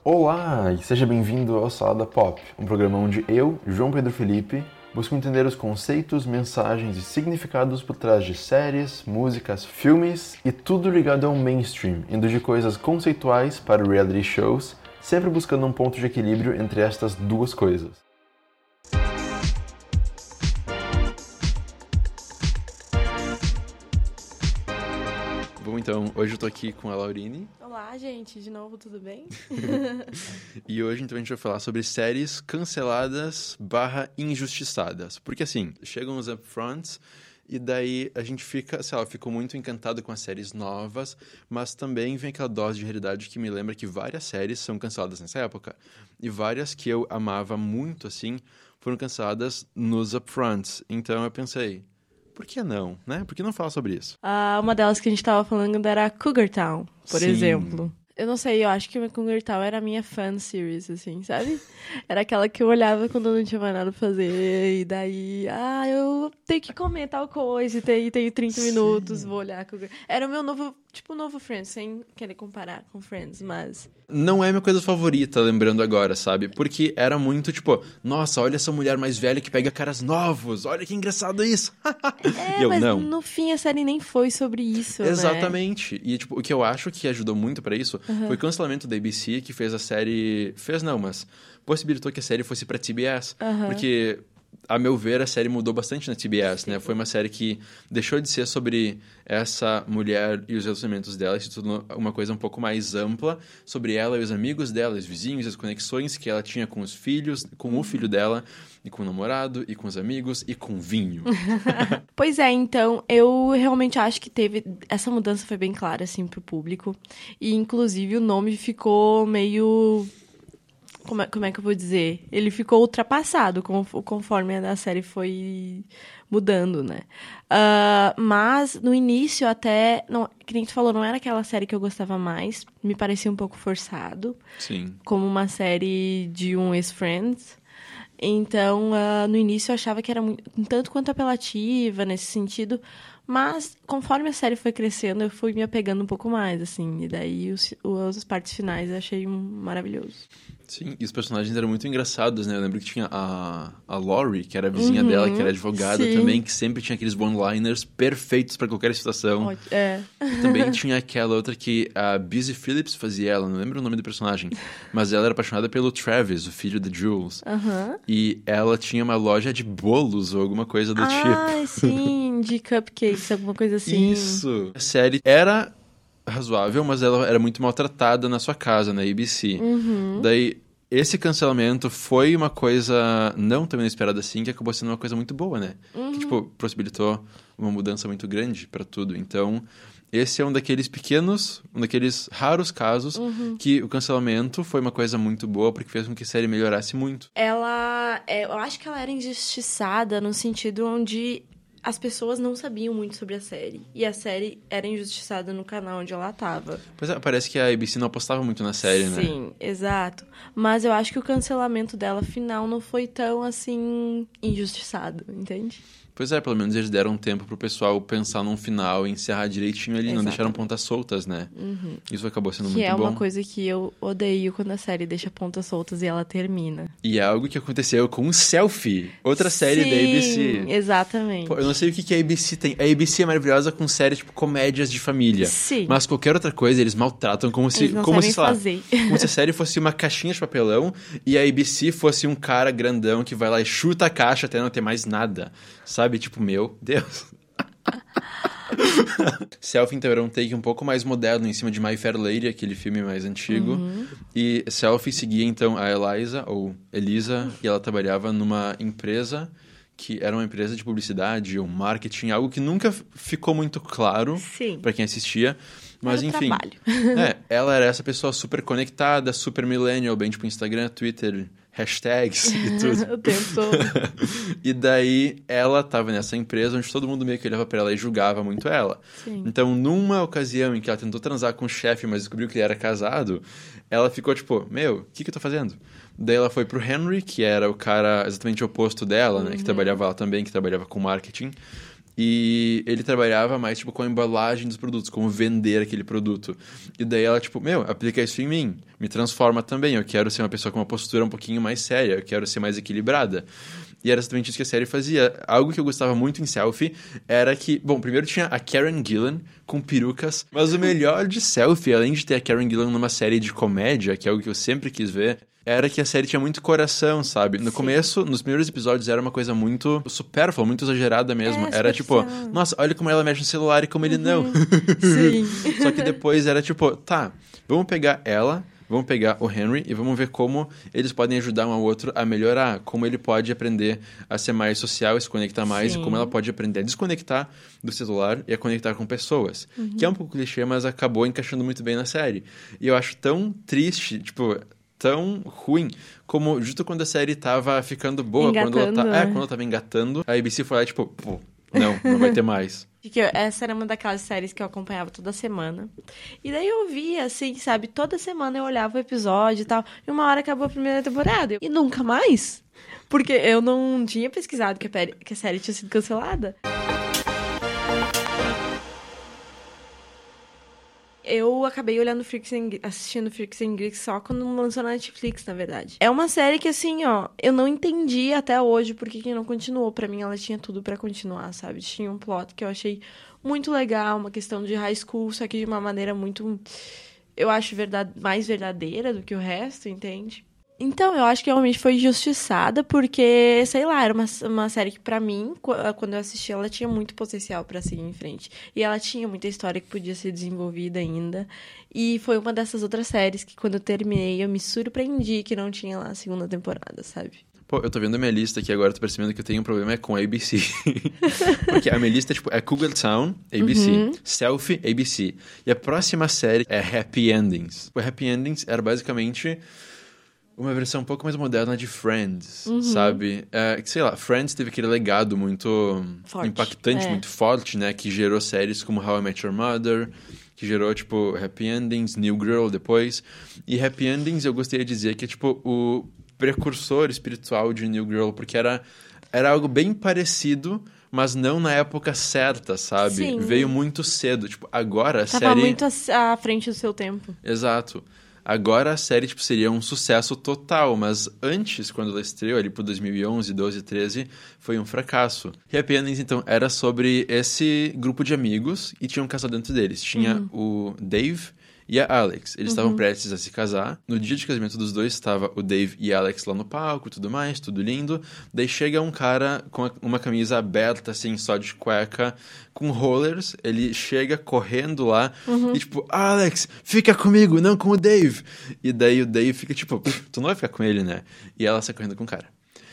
Olá e seja bem-vindo ao Salada Pop, um programa onde eu, João Pedro Felipe, busco entender os conceitos, mensagens e significados por trás de séries, músicas, filmes e tudo ligado ao mainstream, indo de coisas conceituais para reality shows, sempre buscando um ponto de equilíbrio entre estas duas coisas. Bom, então, hoje eu tô aqui com a Laurine. Olá, gente, de novo, tudo bem? E hoje, então, a gente vai falar sobre séries canceladas / injustiçadas. Porque, assim, chegam os upfronts e daí a gente fica, sei lá, eu fico muito encantado com as séries novas, mas também vem aquela dose de realidade que me lembra que várias séries são canceladas nessa época. E várias que eu amava muito, assim, foram canceladas nos upfronts. Então eu pensei, por que não, né? Por que não falar sobre isso? Uma delas que a gente tava falando era Cougar Town, por Sim. exemplo. Eu não sei, eu acho que Cougar Town era a minha fan series, assim, sabe? Era aquela que eu olhava quando eu não tinha mais nada pra fazer, e daí, eu tenho que comer tal coisa, e tenho 30 minutos, vou olhar Cougar. Era o meu novo Friends, sem querer comparar com Friends, mas... Não é minha coisa favorita, lembrando agora, sabe? Porque era muito, tipo, nossa, olha essa mulher mais velha que pega caras novos, olha que engraçado isso. Mas não. No fim a série nem foi sobre isso, Exatamente. Né? E, tipo, o que eu acho que ajudou muito pra isso foi o cancelamento da ABC, que fez a série... Fez não, mas possibilitou que a série fosse pra TBS. Porque... A meu ver, a série mudou bastante na TBS, né? Foi uma série que deixou de ser sobre essa mulher e os relacionamentos dela, se tornou uma coisa um pouco mais ampla sobre ela e os amigos dela, os vizinhos, as conexões que ela tinha com os filhos, com o filho dela, e com o namorado, e com os amigos, e com vinho. Pois é, então, eu realmente acho que teve... Essa mudança foi bem clara, assim, pro público. E, inclusive, o nome ficou meio... Como é que eu vou dizer? Ele ficou ultrapassado conforme a série foi mudando, né? Mas, no início, até... Não, que nem tu falou, não era aquela série que eu gostava mais. Me parecia um pouco forçado. Sim. Como uma série de um ex-Friends. Então, no início, eu achava que era um tanto quanto apelativa, nesse sentido. Mas, conforme a série foi crescendo, eu fui me apegando um pouco mais, assim. E daí, as partes finais eu achei maravilhoso. Sim, e os personagens eram muito engraçados, né? Eu lembro que tinha a Laurie, que era a vizinha dela, que era advogada também, que sempre tinha aqueles one-liners perfeitos pra qualquer situação. E também tinha aquela outra que a Busy Phillips fazia ela, não lembro o nome do personagem, mas ela era apaixonada pelo Travis, o filho de Jules. E ela tinha uma loja de bolos ou alguma coisa do tipo. Sim, de cupcakes, alguma coisa assim. Isso! A série era razoável, mas ela era muito maltratada na sua casa, na ABC. Daí, esse cancelamento foi uma coisa não tão inesperada assim, que acabou sendo uma coisa muito boa, né? Que, tipo, possibilitou uma mudança muito grande pra tudo. Então, esse é um daqueles raros casos que o cancelamento foi uma coisa muito boa, porque fez com que a série melhorasse muito. Eu acho que ela era injustiçada no sentido onde... As pessoas não sabiam muito sobre a série. E a série era injustiçada no canal onde ela tava. Pois é, parece que a ABC não apostava muito na série, né? Sim, exato. Mas eu acho que o cancelamento dela final não foi tão, assim, injustiçado, entende? Pois é, pelo menos eles deram tempo pro pessoal pensar num final e encerrar direitinho ali, não deixaram pontas soltas, né? Isso acabou sendo muito bom. Que é uma coisa que eu odeio quando a série deixa pontas soltas e ela termina. E é algo que aconteceu com Selfie, outra série da ABC. Sim, exatamente. Pô, eu não sei o que a ABC tem. A ABC é maravilhosa com séries tipo comédias de família. Sim. Mas qualquer outra coisa eles maltratam como se a série fosse uma caixinha de papelão e a ABC fosse um cara grandão que vai lá e chuta a caixa até não ter mais nada. Sabe? Tipo, meu Deus. Selfie, então, era um take um pouco mais moderno em cima de My Fair Lady, aquele filme mais antigo. E Selfie seguia, então, a Eliza, ou Elisa, e ela trabalhava numa empresa que era uma empresa de publicidade ou marketing, algo que nunca ficou muito claro para quem assistia. Mas, enfim, ela era essa pessoa super conectada, super millennial, bem tipo Instagram, Twitter, hashtags e tudo. O tempo todo. E daí, ela tava nessa empresa onde todo mundo meio que olhava pra ela e julgava muito ela. Sim. Então, numa ocasião em que ela tentou transar com o chefe, mas descobriu que ele era casado, ela ficou tipo, meu, o que eu tô fazendo? Daí ela foi pro Henry, que era o cara exatamente o oposto dela, né? Que trabalhava lá também, que trabalhava com marketing. E ele trabalhava mais, tipo, com a embalagem dos produtos, como vender aquele produto. E daí ela, tipo, meu, aplica isso em mim. me transforma também. Eu quero ser uma pessoa com uma postura um pouquinho mais séria. Eu quero ser mais equilibrada. E era exatamente isso que a série fazia. Algo que eu gostava muito em Selfie era que... Bom, primeiro tinha a Karen Gillan com perucas. Mas o melhor de Selfie, além de ter a Karen Gillan numa série de comédia, que é algo que eu sempre quis ver, era que a série tinha muito coração, sabe? No começo, nos primeiros episódios, era uma coisa muito supérflua, muito exagerada mesmo. Era tipo, nossa, olha como ela mexe no celular e como ele não. Sim. Só que depois era tipo, tá, vamos pegar ela... Vamos pegar o Henry e vamos ver como eles podem ajudar um ao outro a melhorar. Como ele pode aprender a ser mais social e se conectar mais. Sim. E como ela pode aprender a desconectar do celular e a conectar com pessoas. Que é um pouco clichê, mas acabou encaixando muito bem na série. E eu acho tão triste, tipo... tão ruim, como justo quando a série tava ficando boa, quando ela tava engatando, a ABC foi lá, tipo, pô, não vai ter mais. Essa era uma daquelas séries que eu acompanhava toda semana. E daí eu via, assim, sabe, toda semana eu olhava o episódio e tal, e uma hora acabou a primeira temporada. E nunca mais. Porque eu não tinha pesquisado que a série tinha sido cancelada. Eu acabei assistindo Freaks and Geeks só quando lançou na Netflix, na verdade. É uma série que, assim, ó, eu não entendi até hoje por que não continuou. Pra mim, ela tinha tudo pra continuar, sabe? Tinha um plot que eu achei muito legal, uma questão de high school, só que de uma maneira muito, eu acho, mais verdadeira do que o resto, entende? Então, eu acho que realmente foi injustiçada, porque, sei lá, era uma série que, pra mim, quando eu assisti, ela tinha muito potencial pra seguir em frente. E ela tinha muita história que podia ser desenvolvida ainda. E foi uma dessas outras séries que, quando eu terminei, eu me surpreendi que não tinha lá a segunda temporada, sabe? Pô, eu tô vendo a minha lista aqui agora, tô percebendo que eu tenho um problema com a ABC. Porque a minha lista, tipo, é Cougar Town, ABC. Selfie, ABC. E a próxima série é Happy Endings. O Happy Endings era basicamente... uma versão um pouco mais moderna de Friends, sabe? Sei lá, Friends teve aquele legado muito impactante, muito forte, né? Que gerou séries como How I Met Your Mother, que gerou, tipo, Happy Endings, New Girl depois. E Happy Endings eu gostaria de dizer que é, tipo, o precursor espiritual de New Girl, porque era algo bem parecido, mas não na época certa, sabe? Sim. Veio muito cedo. Tipo, agora a série... Tava muito à frente do seu tempo. Exato. Agora a série, tipo, seria um sucesso total, mas antes, quando ela estreou, ali por 2011, 12, 13, foi um fracasso. Happy Endings, então, era sobre esse grupo de amigos e tinha um casal dentro deles. Tinha o Dave e a Alex. Eles estavam prestes a se casar. No dia de casamento dos dois, estava o Dave e a Alex lá no palco e tudo mais, tudo lindo. Daí chega um cara com uma camisa aberta, assim, só de cueca, com rollers. Ele chega correndo lá e tipo, Alex, fica comigo, não com o Dave. E daí o Dave fica tipo, tu não vai ficar com ele, né? E ela sai correndo com o cara.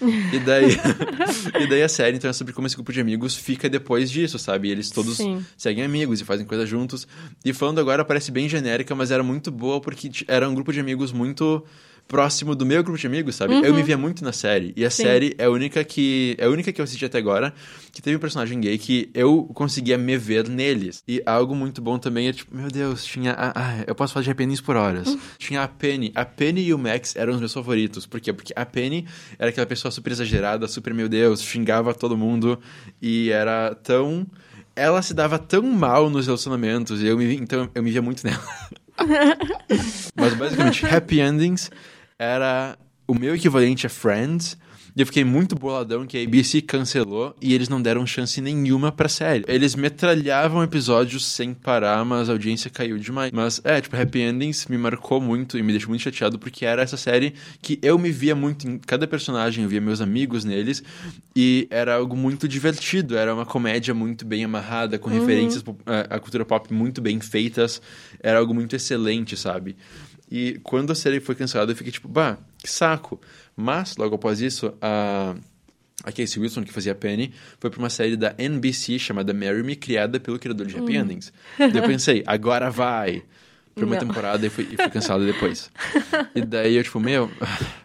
E daí a série, então, é sobre como esse grupo de amigos fica depois disso, sabe? E eles todos seguem amigos e fazem coisas juntos. E falando agora, parece bem genérica, mas era muito boa porque era um grupo de amigos muito próximo do meu grupo de amigos, sabe? Eu me via muito na série. E a série é a única que eu assisti até agora que teve um personagem gay que eu conseguia me ver neles. E algo muito bom também é, tipo, meu Deus, tinha... eu posso falar de Happy Endings por horas. Tinha a Penny. A Penny e o Max eram os meus favoritos. Por quê? Porque a Penny era aquela pessoa super exagerada, super, meu Deus, xingava todo mundo. E era tão... ela se dava tão mal nos relacionamentos. E então eu me via muito nela. Mas basicamente, Happy Endings era o meu equivalente a Friends. E eu fiquei muito boladão que a ABC cancelou e eles não deram chance nenhuma pra série. Eles metralhavam episódios sem parar, mas a audiência caiu demais. Mas, tipo, Happy Endings me marcou muito e me deixou muito chateado porque era essa série que eu me via muito em cada personagem, eu via meus amigos neles e era algo muito divertido. Era uma comédia muito bem amarrada, com referências à cultura pop muito bem feitas. Era algo muito excelente, sabe? E quando a série foi cancelada, eu fiquei tipo, que saco. Mas, logo após isso, a Casey Wilson, que fazia a Penny, foi pra uma série da NBC chamada Marry Me, criada pelo criador de Happy Endings. Daí eu pensei, agora vai! Pra uma temporada e foi cancelada depois. E daí eu, tipo,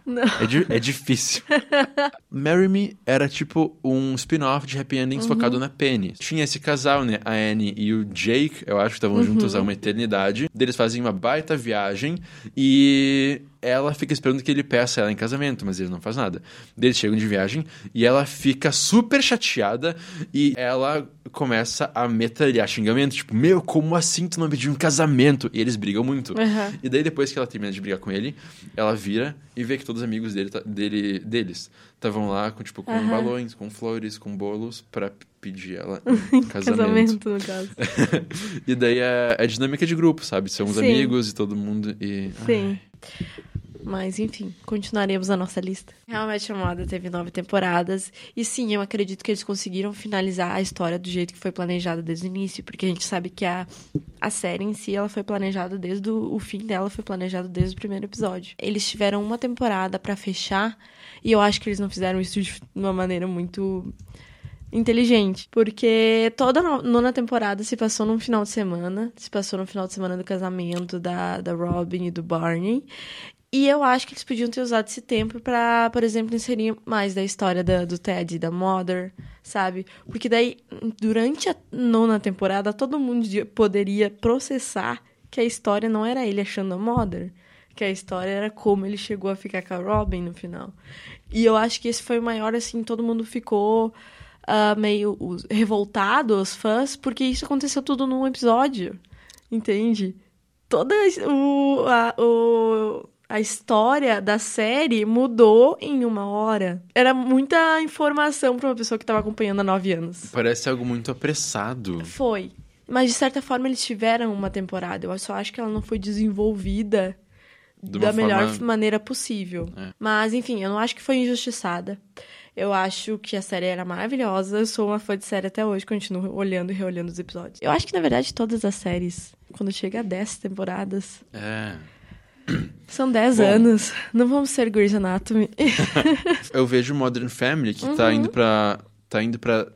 Não. É difícil. Marry Me era tipo um spin-off de Happy Endings focado na Penny. Tinha esse casal, né? A Annie e o Jake, eu acho que estavam juntos há uma eternidade. Eles fazem uma baita viagem e ela fica esperando que ele peça ela em casamento, mas ele não faz nada. Eles chegam de viagem e ela fica super chateada e ela começa a metralhar xingamento. Tipo, meu, como assim tu não pediu um casamento? E eles brigam muito. E daí, depois que ela termina de brigar com ele, ela vira e vê que todos os amigos deles estavam lá com, tipo, com balões, com flores, com bolos pra pedir ela em casamento. No caso. E daí é dinâmica de grupo, sabe? São os amigos e todo mundo e... Sim. Mas, enfim, continuaremos a nossa lista. Realmente a Moda teve 9 temporadas. E sim, eu acredito que eles conseguiram finalizar a história do jeito que foi planejada desde o início. Porque a gente sabe que a série em si, ela foi planejada desde o fim dela, foi planejado desde o primeiro episódio. Eles tiveram uma temporada pra fechar. E eu acho que eles não fizeram isso de uma maneira muito inteligente. Porque toda a 9ª temporada se passou num final de semana. Se passou no final de semana do casamento da Robin e do Barney. E eu acho que eles podiam ter usado esse tempo pra, por exemplo, inserir mais da história do Ted e da Mother, sabe? Porque daí, durante a 9ª temporada, todo mundo poderia processar que a história não era ele achando a Mother, que a história era como ele chegou a ficar com a Robin no final. E eu acho que esse foi o maior, assim, todo mundo ficou meio revoltado, os fãs, porque isso aconteceu tudo num episódio, entende? Toda a história da série mudou em 1 hora. Era muita informação pra uma pessoa que tava acompanhando há 9 anos. Parece algo muito apressado. Foi. Mas, de certa forma, eles tiveram uma temporada. Eu só acho que ela não foi desenvolvida da melhor maneira possível. Mas, enfim, eu não acho que foi injustiçada. Eu acho que a série era maravilhosa. Eu sou uma fã de série até hoje. Continuo olhando e reolhando os episódios. Eu acho que, na verdade, todas as séries, quando chega a 10 temporadas... São 10 anos. Não vamos ser Grey's Anatomy. Eu vejo Modern Family, que tá indo pra... Tá indo pra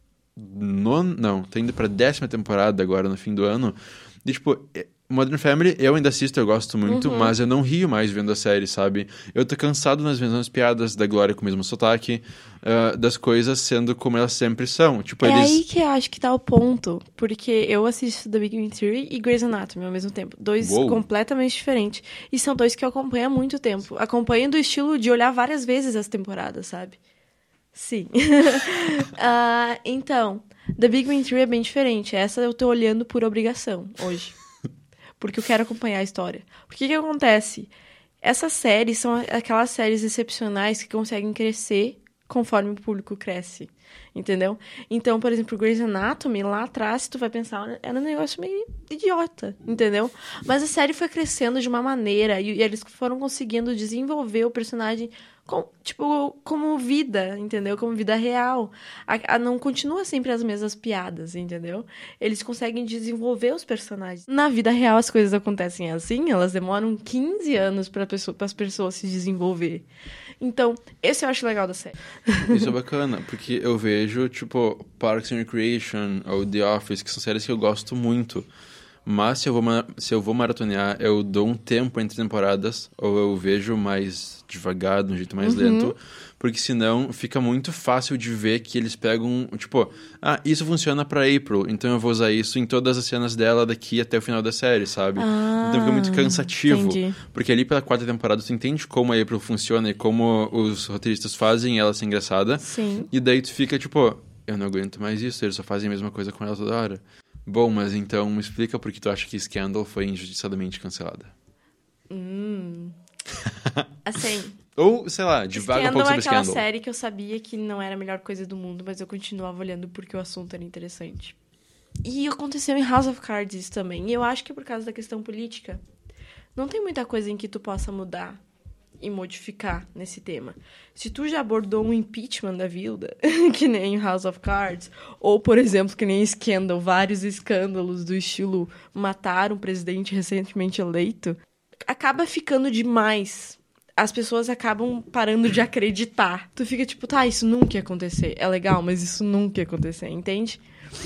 10ª temporada agora, no fim do ano. E, tipo... Modern Family, eu ainda assisto, eu gosto muito, mas eu não rio mais vendo a série, sabe? Eu tô cansado das mesmas piadas, da Glória com o mesmo sotaque, das coisas sendo como elas sempre são. Tipo, aí que eu acho que tá o ponto, porque eu assisto The Big Bang Theory e Grey's Anatomy ao mesmo tempo. 2 completamente diferentes. E são 2 que eu acompanho há muito tempo. Acompanho do estilo de olhar várias vezes as temporadas, sabe? Sim. Então, The Big Bang Theory é bem diferente. Essa eu tô olhando por obrigação hoje. Porque eu quero acompanhar a história. Porque o que acontece? Essas séries são aquelas séries excepcionais que conseguem crescer conforme o público cresce, entendeu? Então, por exemplo, Grey's Anatomy, lá atrás, tu vai pensar, era um negócio meio idiota, entendeu? Mas a série foi crescendo de uma maneira e eles foram conseguindo desenvolver o personagem como vida, entendeu? Como vida real. Não continua sempre as mesmas piadas, entendeu? Eles conseguem desenvolver os personagens. Na vida real as coisas acontecem assim, elas demoram 15 anos para as pessoas se desenvolver. Então, esse eu acho legal da série. Isso é bacana, porque eu vejo, tipo, Parks and Recreation ou The Office, que são séries que eu gosto muito. Mas se eu vou maratonear, eu dou um tempo entre temporadas, ou eu vejo mais devagar, de um jeito mais lento, porque senão fica muito fácil de ver que eles pegam, tipo, isso funciona pra April, então eu vou usar isso em todas as cenas dela daqui até o final da série, sabe? Então fica muito cansativo, entendi. Porque ali pela 4ª temporada tu entende como a April funciona e como os roteiristas fazem ela ser engraçada. Sim. E daí tu fica, tipo, eu não aguento mais isso, eles só fazem a mesma coisa com ela toda hora. Bom, mas então me explica por que tu acha que Scandal foi injustiçadamente cancelada. Assim... Ou, sei lá, divaga um pouco sobre Scandal. Scandal é aquela série que eu sabia que não era a melhor coisa do mundo, mas eu continuava olhando porque o assunto era interessante. E aconteceu em House of Cards isso também. E eu acho que é por causa da questão política. Não tem muita coisa em que tu possa mudar e modificar nesse tema. Se tu já abordou um impeachment da vida, que nem House of Cards, ou, por exemplo, que nem Scandal, vários escândalos do estilo matar um presidente recentemente eleito, acaba ficando demais. As pessoas acabam parando de acreditar. Tu fica tipo, isso nunca ia acontecer. É legal, mas isso nunca ia acontecer, entende?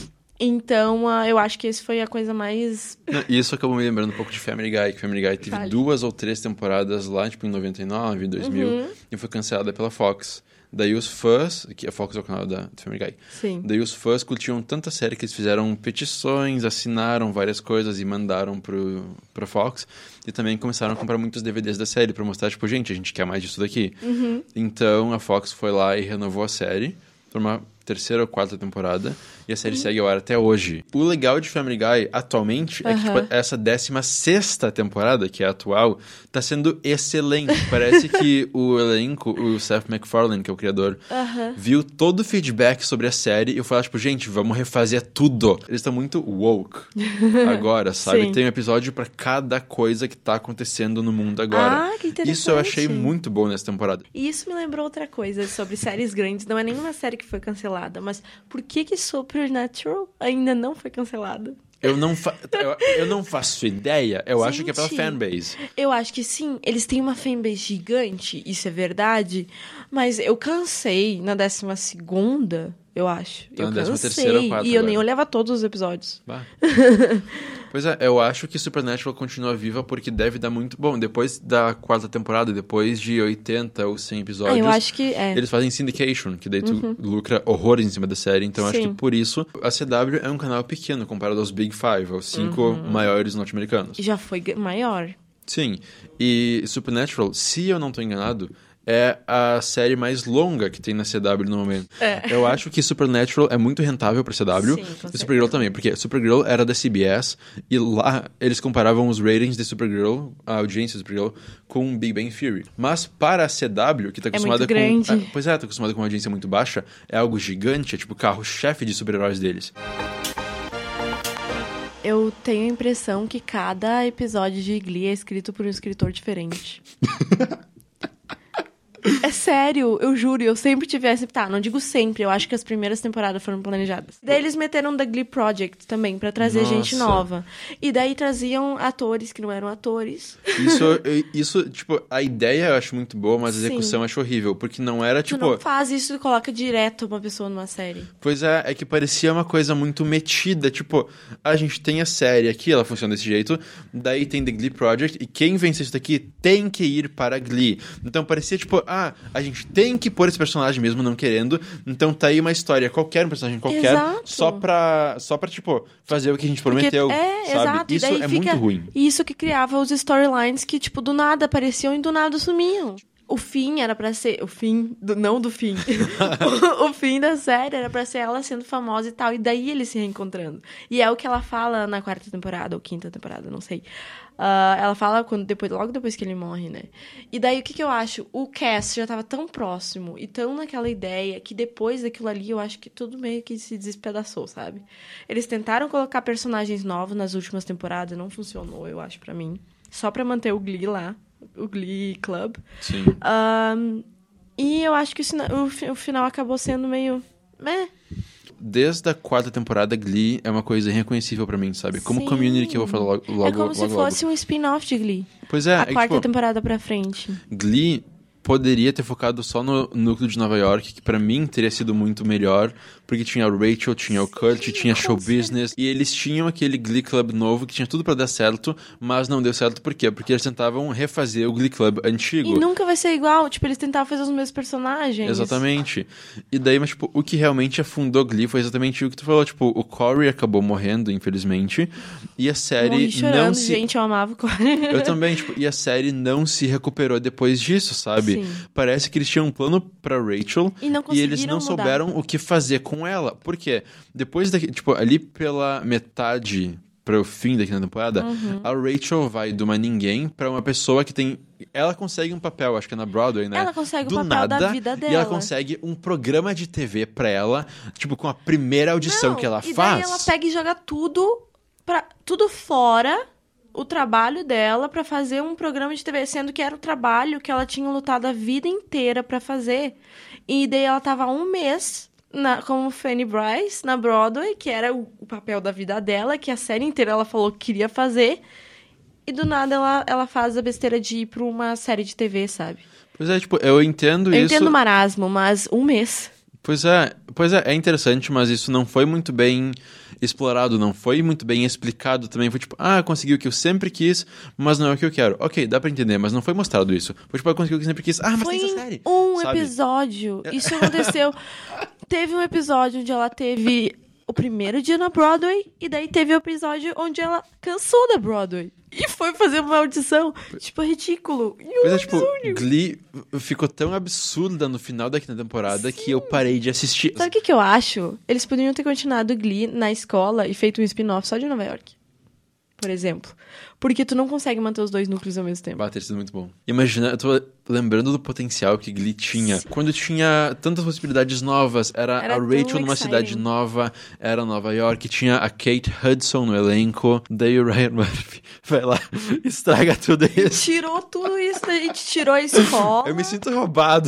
Então, eu acho que esse foi a coisa mais... Não, isso acabou me lembrando um pouco de Family Guy, que Family Guy teve 2 ou 3 temporadas lá, tipo, em 99, 2000, e foi cancelada pela Fox. Daí os fãs, que a Fox é o canal da Family Guy, Sim. Daí os fãs curtiam tanta série que eles fizeram petições, assinaram várias coisas e mandaram pra Fox. E também começaram a comprar muitos DVDs da série pra mostrar, tipo, gente, a gente quer mais disso daqui. Então a Fox foi lá e renovou a série por uma 3ª ou 4ª temporada, e a série segue ao ar até hoje. O legal de Family Guy, atualmente, é que tipo, essa 16ª temporada, que é a atual, tá sendo excelente. Parece que o elenco, o Seth MacFarlane, que é o criador, viu todo o feedback sobre a série e falou, tipo, gente, vamos refazer tudo. Eles estão muito woke agora, sabe? Sim. Tem um episódio pra cada coisa que tá acontecendo no mundo agora. Ah, que interessante. Isso eu achei muito bom nessa temporada. E isso me lembrou outra coisa sobre séries grandes. Não é nenhuma série que foi cancelada, mas por que Supernatural ainda não foi cancelada? Eu não faço ideia. Eu acho que é pela fanbase. Eu acho que sim. Eles têm uma fanbase gigante, isso é verdade. Mas eu cansei na 12ª, eu acho. Tá eu na 13ª ou cansei. 4ª E eu agora. nem olhava todos os episódios. Bah. Pois é, eu acho que Supernatural continua viva porque deve dar muito... Bom, depois da 4ª temporada, depois de 80 ou 100 episódios... eu acho que é. Eles fazem syndication, que daí tu lucra horrores em cima da série. Então, acho que por isso, a CW é um canal pequeno comparado aos Big Five, aos 5 maiores norte-americanos. Já foi maior. Sim, e Supernatural, se eu não tô enganado... é a série mais longa que tem na CW no momento. Eu acho que Supernatural é muito rentável pra CW. Sim, e Supergirl também, porque Supergirl era da CBS e lá eles comparavam os ratings de Supergirl, a audiência de Supergirl, com Big Bang Theory. Mas para a CW, que tá acostumada muito grande. Pois é, tá acostumada com uma audiência muito baixa, é algo gigante, é tipo o carro-chefe de super-heróis deles. Eu tenho a impressão que cada episódio de Glee é escrito por um escritor diferente. É sério, eu juro, eu sempre tivesse... Tá, não digo sempre, eu acho que as primeiras temporadas foram planejadas. Daí eles meteram The Glee Project também, pra trazer gente nova. E daí traziam atores que não eram atores. Isso, tipo, a ideia eu acho muito boa, mas a execução eu acho horrível, porque não era, tipo... Tu não faz isso e coloca direto uma pessoa numa série. Pois é que parecia uma coisa muito metida, tipo, a gente tem a série aqui, ela funciona desse jeito, daí tem The Glee Project, e quem vencer isso daqui tem que ir para Glee. Então parecia, tipo, a gente tem que pôr esse personagem mesmo não querendo, então tá aí uma história qualquer, um personagem qualquer, só pra, tipo, fazer o que a gente prometeu, sabe? Exato. Isso é muito ruim. Isso que criava os storylines que, tipo, do nada apareciam e do nada sumiam. O fim era pra ser... O fim... Não do fim. O fim da série era pra ser ela sendo famosa e tal. E daí eles se reencontrando. E é o que ela fala na 4ª temporada, ou 5ª temporada, não sei. Ela fala logo depois que ele morre, né? E daí o que eu acho? O cast já tava tão próximo e tão naquela ideia que depois daquilo ali eu acho que tudo meio que se despedaçou, sabe? Eles tentaram colocar personagens novos nas últimas temporadas, não funcionou, eu acho, pra mim. Só pra manter o Glee lá. O Glee Club. Sim. E eu acho que o final acabou sendo meio... Desde a 4ª temporada, Glee é uma coisa irreconhecível pra mim, sabe? Como Community, que eu vou falar logo. É como se fosse um spin-off de Glee. Pois é. A 4ª tipo, temporada pra frente. Glee poderia ter focado só no núcleo de Nova York, que pra mim teria sido muito melhor, porque tinha o Rachel, tinha o Kurt, tinha show business, e eles tinham aquele Glee Club novo que tinha tudo pra dar certo, mas não deu certo por quê? Porque eles tentavam refazer o Glee Club antigo. E nunca vai ser igual, tipo, eles tentavam fazer os mesmos personagens. Exatamente. E daí, mas tipo, o que realmente afundou Glee foi exatamente o que tu falou, tipo, o Corey acabou morrendo, infelizmente, e a série Morri chorando, não se... gente, eu amava o Corey. Eu também, tipo, e a série não se recuperou depois disso, sabe? Sim. Parece que eles tinham um plano pra Rachel e eles não souberam o que fazer com ela. Por quê? Depois tipo, ali pela metade para o fim da temporada, a Rachel vai de uma ninguém pra uma pessoa que tem... Ela consegue um papel, acho que é na Broadway, né? Ela consegue do o papel nada, da vida dela. E ela consegue um programa de TV pra ela, tipo, com a primeira audição que ela faz. Daí ela pega e joga tudo fora... o trabalho dela pra fazer um programa de TV, sendo que era o trabalho que ela tinha lutado a vida inteira pra fazer. E daí ela tava 1 mês como Fanny Brice na Broadway, que era o papel da vida dela, que a série inteira ela falou que queria fazer. E do nada ela faz a besteira de ir pra uma série de TV, sabe? Pois é, tipo, eu entendo isso... Eu entendo o marasmo, mas 1 mês... Pois é, é interessante, mas isso não foi muito bem explorado, não foi muito bem explicado também. Foi tipo, consegui o que eu sempre quis, mas não é o que eu quero. Ok, dá pra entender, mas não foi mostrado isso. Foi tipo, consegui o que eu sempre quis, mas foi tem essa série. Sabe? Episódio. Isso aconteceu. Teve um episódio onde ela teve o primeiro dia na Broadway, e daí teve o episódio onde ela cansou da Broadway. E foi fazer uma audição. Tipo, ridículo. Pois é, tipo, Glee ficou tão absurda no final da quinta temporada que eu parei de assistir. Sabe o que eu acho? Eles poderiam ter continuado Glee na escola e feito um spin-off só de Nova York. Por exemplo. Porque tu não consegue manter os dois núcleos ao mesmo tempo. Vai ter sido muito bom. Imagina, eu tô lembrando do potencial que Glee tinha. Sim. Quando tinha tantas possibilidades novas. Era a Rachel numa cidade nova. Era Nova York. Tinha a Kate Hudson no elenco. Daí o Ryan Murphy vai lá, estraga tudo isso. Tirou tudo isso, a gente tirou a escola. Eu me sinto roubado.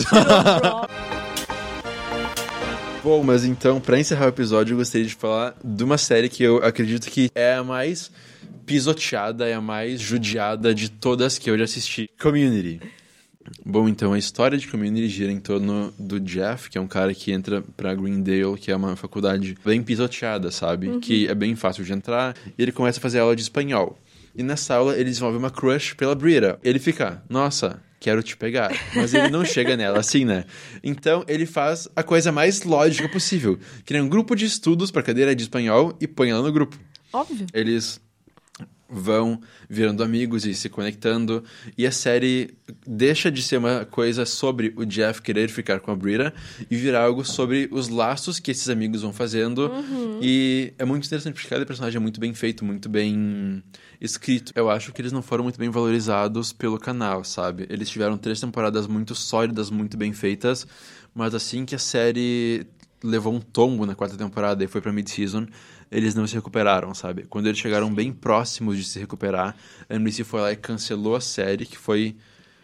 Bom, mas então, pra encerrar o episódio, eu gostaria de falar de uma série que eu acredito que é a mais pisoteada, é a mais judiada de todas que eu já assisti. Community. Bom, então a história de Community gira em torno do Jeff, que é um cara que entra pra Greendale, que é uma faculdade bem pisoteada, sabe? Que é bem fácil de entrar, e ele começa a fazer aula de espanhol. E nessa aula ele desenvolve uma crush pela Brita. Ele fica, nossa, quero te pegar. Mas ele não chega nela assim, né? Então ele faz a coisa mais lógica possível. Cria um grupo de estudos pra cadeira de espanhol e põe ela no grupo. Óbvio. Eles vão virando amigos e se conectando, e a série deixa de ser uma coisa sobre o Jeff querer ficar com a Brita e virar algo sobre os laços que esses amigos vão fazendo. E é muito interessante porque cada personagem é muito bem feito, muito bem escrito. Eu acho que eles não foram muito bem valorizados pelo canal, sabe? Eles tiveram 3 temporadas muito sólidas, muito bem feitas, mas assim que a série levou um tombo na 4ª temporada e foi pra mid-season, eles não se recuperaram, sabe? Quando eles chegaram bem próximos de se recuperar, a NBC foi lá e cancelou a série, que foi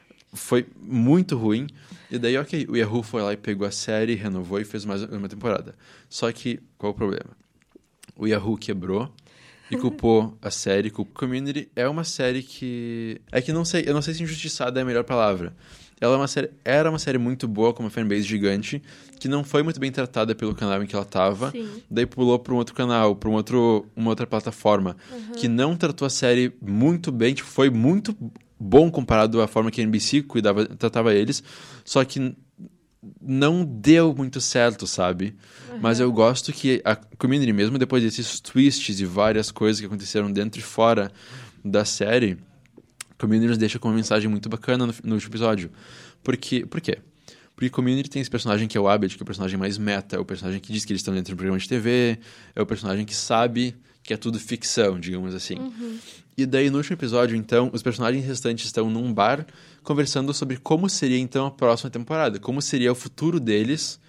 muito ruim. E daí, ok, o Yahoo foi lá e pegou a série, renovou e fez mais uma temporada. Só que, qual o problema? O Yahoo quebrou e culpou a série, culpou Community. É uma série que... eu não sei se injustiçada é a melhor palavra. Era uma série muito boa, com uma fanbase gigante, que não foi muito bem tratada pelo canal em que ela tava. Sim. Daí pulou para um outro canal, para uma outra plataforma, que não tratou a série muito bem, tipo, foi muito bom comparado à forma que a NBC tratava eles, só que não deu muito certo, sabe? Mas eu gosto que a Community, mesmo depois desses twists e várias coisas que aconteceram dentro e fora da série, Community nos deixa com uma mensagem muito bacana no último episódio. Por quê? Porque Community tem esse personagem que é o Abed, que é o personagem mais meta, é o personagem que diz que eles estão dentro de um programa de TV, é o personagem que sabe que é tudo ficção, digamos assim. E daí, no último episódio, então, os personagens restantes estão num bar conversando sobre como seria, então, a próxima temporada, como seria o futuro deles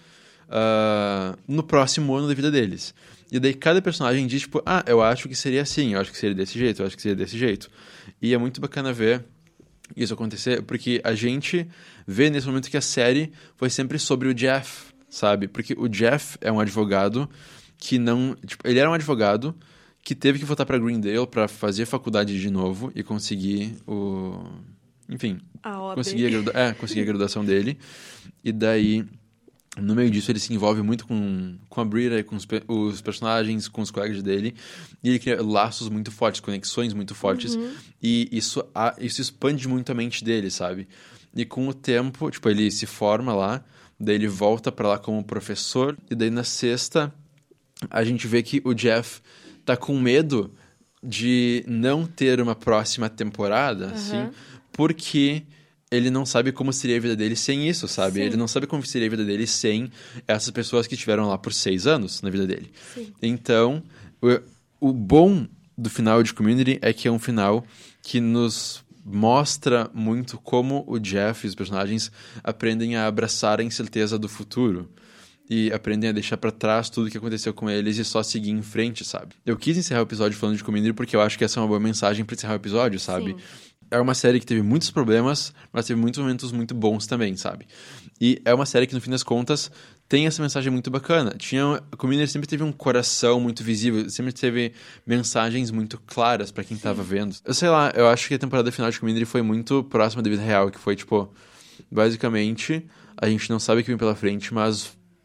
no próximo ano da vida deles. E daí cada personagem diz, tipo, eu acho que seria assim, eu acho que seria desse jeito, eu acho que seria desse jeito. E é muito bacana ver isso acontecer, porque a gente vê nesse momento que a série foi sempre sobre o Jeff, sabe? Porque o Jeff é um advogado que não... Tipo, ele era um advogado que teve que voltar pra Greendale pra fazer faculdade de novo e conseguir enfim, conseguir a graduação dele. E daí... No meio disso, ele se envolve muito com a Brita, com os personagens, com os colegas dele. E ele cria laços muito fortes, conexões muito fortes. E isso expande muito a mente dele, sabe? E com o tempo, tipo, ele se forma lá. Daí ele volta pra lá como professor. E daí na 6ª, a gente vê que o Jeff tá com medo de não ter uma próxima temporada, assim. Porque... ele não sabe como seria a vida dele sem isso, sabe? Sim. Ele não sabe como seria a vida dele sem essas pessoas que estiveram lá por 6 anos na vida dele. Sim. Então, o bom do final de Community é que é um final que nos mostra muito como o Jeff e os personagens aprendem a abraçar a incerteza do futuro. E aprendem a deixar pra trás tudo o que aconteceu com eles e só seguir em frente, sabe? Eu quis encerrar o episódio falando de Community porque eu acho que essa é uma boa mensagem pra encerrar o episódio, sabe? Sim. É uma série que teve muitos problemas, mas teve muitos momentos muito bons também, sabe? E é uma série que, no fim das contas, tem essa mensagem muito bacana. A Community sempre teve um coração muito visível, sempre teve mensagens muito claras pra quem tava vendo. Eu sei lá, eu acho que a temporada final de Community foi muito próxima da vida real, que foi, tipo, basicamente, a gente não sabe o que vem pela frente, mas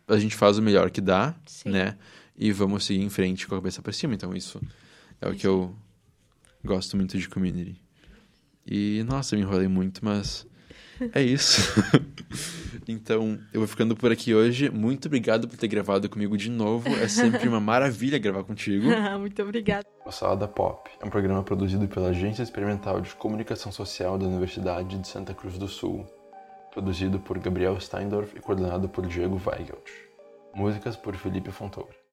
a gente faz o melhor que dá, Sim. né? E vamos seguir em frente com a cabeça pra cima. Então, isso é o que eu gosto muito de Community. E, nossa, eu me enrolei muito, mas é isso. Então, eu vou ficando por aqui hoje. Muito obrigado por ter gravado comigo de novo. É sempre uma maravilha gravar contigo. Muito obrigada. O Salada Pop é um programa produzido pela Agência Experimental de Comunicação Social da Universidade de Santa Cruz do Sul. Produzido por Gabriel Steindorf e coordenado por Diego Weigelt. Músicas por Felipe Fontoura.